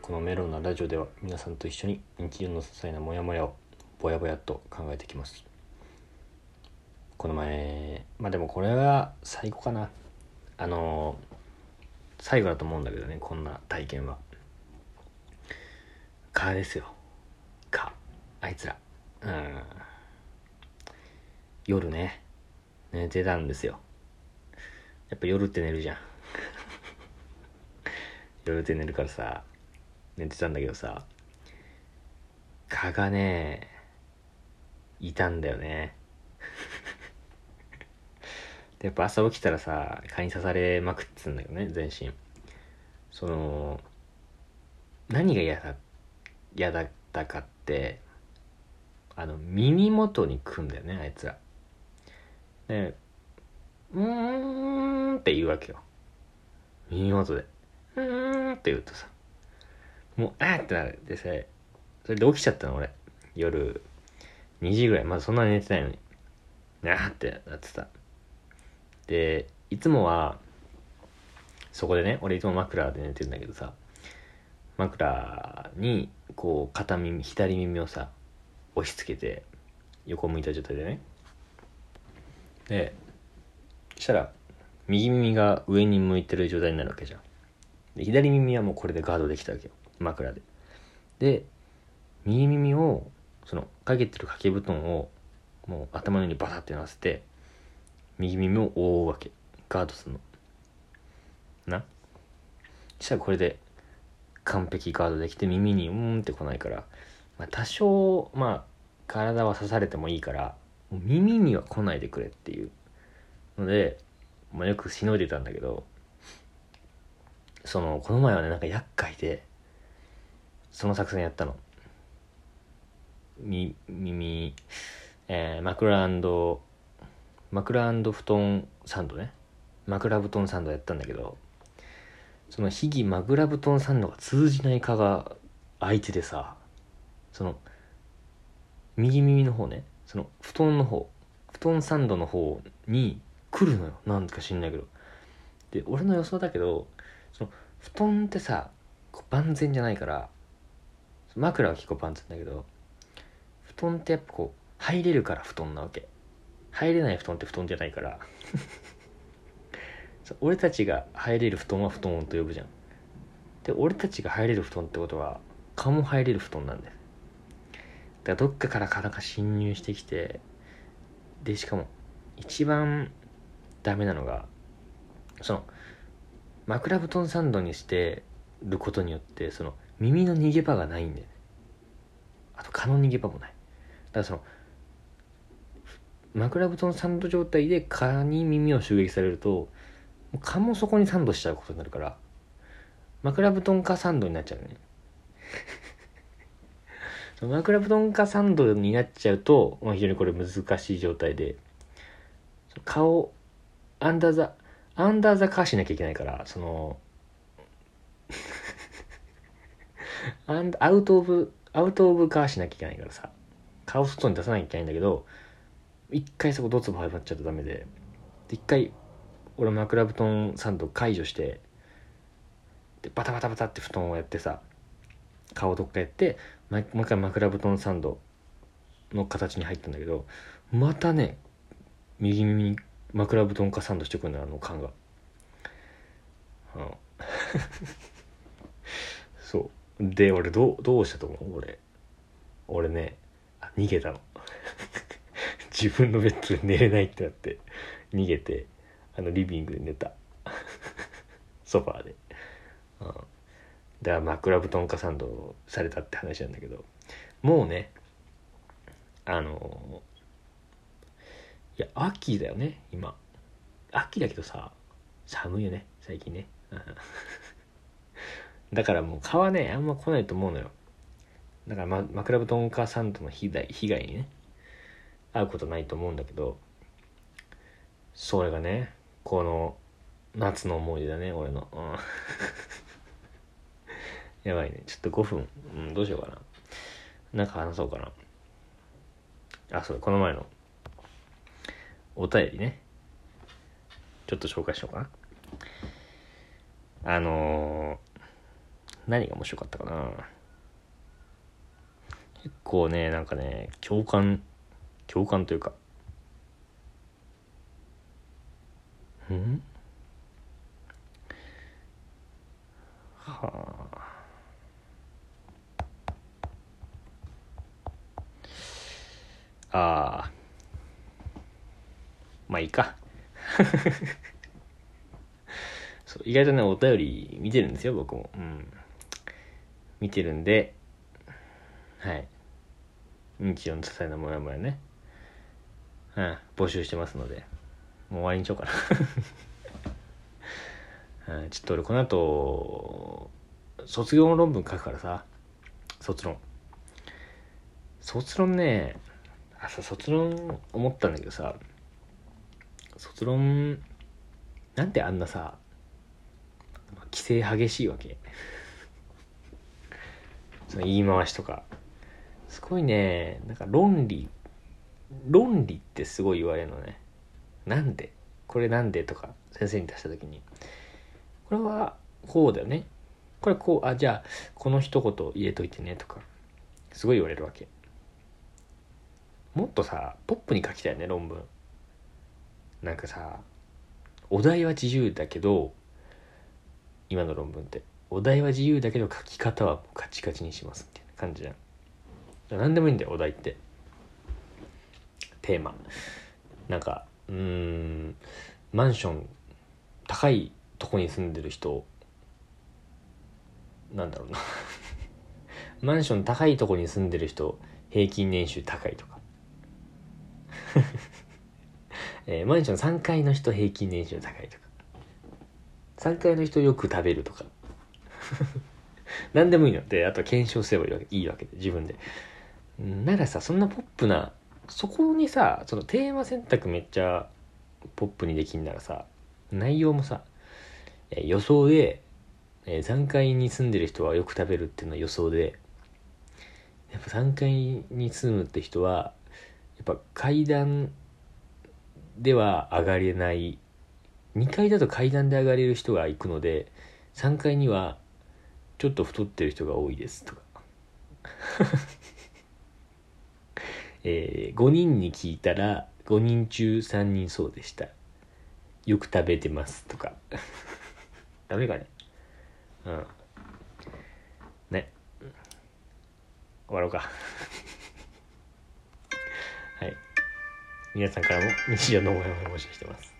このメロンなラジオでは皆さんと一緒に日常の些細なモヤモヤをぼやぼやっと考えてきます。この前でもこれは最後かな、最後だと思うんだけどね、こんな体験は蚊ですよ。蚊、あいつら夜ね寝てたんですよ。やっぱ夜って寝るじゃん夜って寝るからさ、寝てたんだけどさ、蚊がねいたんだよねでやっぱ朝起きたらさ、蚊に刺されまくってたんだよね、全身。何が嫌だったかって、耳元に来んだよね、あいつら。でって言うわけよ、耳元でって言うとさ、もうってなるでさ、それで起きちゃったの俺、夜2時ぐらい。まだそんなに寝てないのにってなってた。でいつもはそこでね、俺いつも枕で寝てるんだけどさ、枕にこう左耳をさ押し付けて横向いた状態でね、でそしたら右耳が上に向いてる状態になるわけじゃん。で左耳はもうこれでガードできたわけよ、枕で。で右耳をそのかけてる掛け布団をもう頭の上にバタって乗せて右耳を覆うわけ、ガードするのな。そしたらこれで完璧ガードできて耳にって来ないから、多少体は刺されてもいいから耳には来ないでくれっていうので、よくしのいでたんだけど、この前はね、なんか厄介でその作戦やったの。耳、枕布団サンドね、枕布団サンドやったんだけど、その秘技枕布団サンドが通じない蚊が相手でさ、その右耳の方ね、その布団サンドの方に来るのよ、なんか知んないけど。で俺の予想だけど、その布団ってさ万全じゃないから、枕は結構万全だけど、布団ってやっぱこう入れるから布団なわけ。入れない布団って布団じゃないから俺たちが入れる布団は布団と呼ぶじゃん。で俺たちが入れる布団ってことは蚊も入れる布団なんだよ。だからどっかから蚊が侵入してきて、でしかも一番ダメなのが、その枕布団サンドにしてることによって、その耳の逃げ場がないんだよね。あと蚊の逃げ場もない。だからその枕布団サンド状態で蚊に耳を襲撃されると、蚊もそこにサンドしちゃうことになるから、枕布団蚊サンドになっちゃうね枕布団蚊サンドになっちゃうと、非常にこれ難しい状態で、蚊をアンダーザカーしなきゃいけないから、アウトオブカーしなきゃいけないからさ、蚊を外に出さなきゃいけないんだけど、一回そこドツボ入っちゃうとダメで、一回俺枕布団サンド解除して、でバタバタバタって布団をやってさ、顔どっかやって、もう一回枕布団サンドの形に入ったんだけど、またね右耳に枕布団かサンドしてくるのよ、缶がそうで、俺どうしたと思う？俺ね、逃げたの自分のベッドで寝れないってなって逃げて、リビングで寝たソファーで。だから枕布団かサンドされたって話なんだけど、もうね、いや秋だよね今。秋だけどさ、寒いよね最近ねだからもう蚊はねあんま来ないと思うのよ。だから、枕布団かサンドの被害にね遭うことないと思うんだけど、それがねこの夏の思い出だね俺のやばいね、ちょっと5分、どうしようかな、なんか話そうかな。そう、この前のお便りね、ちょっと紹介しようかな。 何が面白かったかな。結構ね、なんかね、共感というか、はあ、まあいいか。そう、意外とね、お便り見てるんですよ、僕も。見てるんで、はい。日常の些細なモヤモヤね。募集してますので、もう終わりにしようかな。ちょっと俺この後、卒業論文書くからさ、卒論ね、卒論思ったんだけどさ、卒論、なんであんなさ、規制激しいわけ。その言い回しとか。すごいね、なんか論理ってすごい言われるのね。なんでこれなんでとか先生に出した時に、これはこうだよね、これこう、じゃあこの一言入れといてねとかすごい言われるわけ。もっとさポップに書きたいね、論文。なんかさ、お題は自由だけど、今の論文ってお題は自由だけど書き方はカチカチにしますみたいな感じじゃん。何でもいいんだよ、お題って。テーマなんかマンション高いとこに住んでる人、なんだろうなマンション高いとこに住んでる人平均年収高いとかマンション3階の人平均年収高いとか、3階の人よく食べるとか何でもいいので、あと検証すればいいわけで、自分で。ならさ、そんなポップな、そこにさ、そのテーマ選択めっちゃポップにできんならさ、内容もさ、予想で、3階に住んでる人はよく食べるっていうのは予想で、やっぱ3階に住むって人はやっぱ階段では上がれない、2階だと階段で上がれる人が行くので、3階にはちょっと太ってる人が多いですとか5人に聞いたら5人中3人そうでした、よく食べてますとかダメかね。ね、終わろうかはい、皆さんからも日常の思いを募集してます。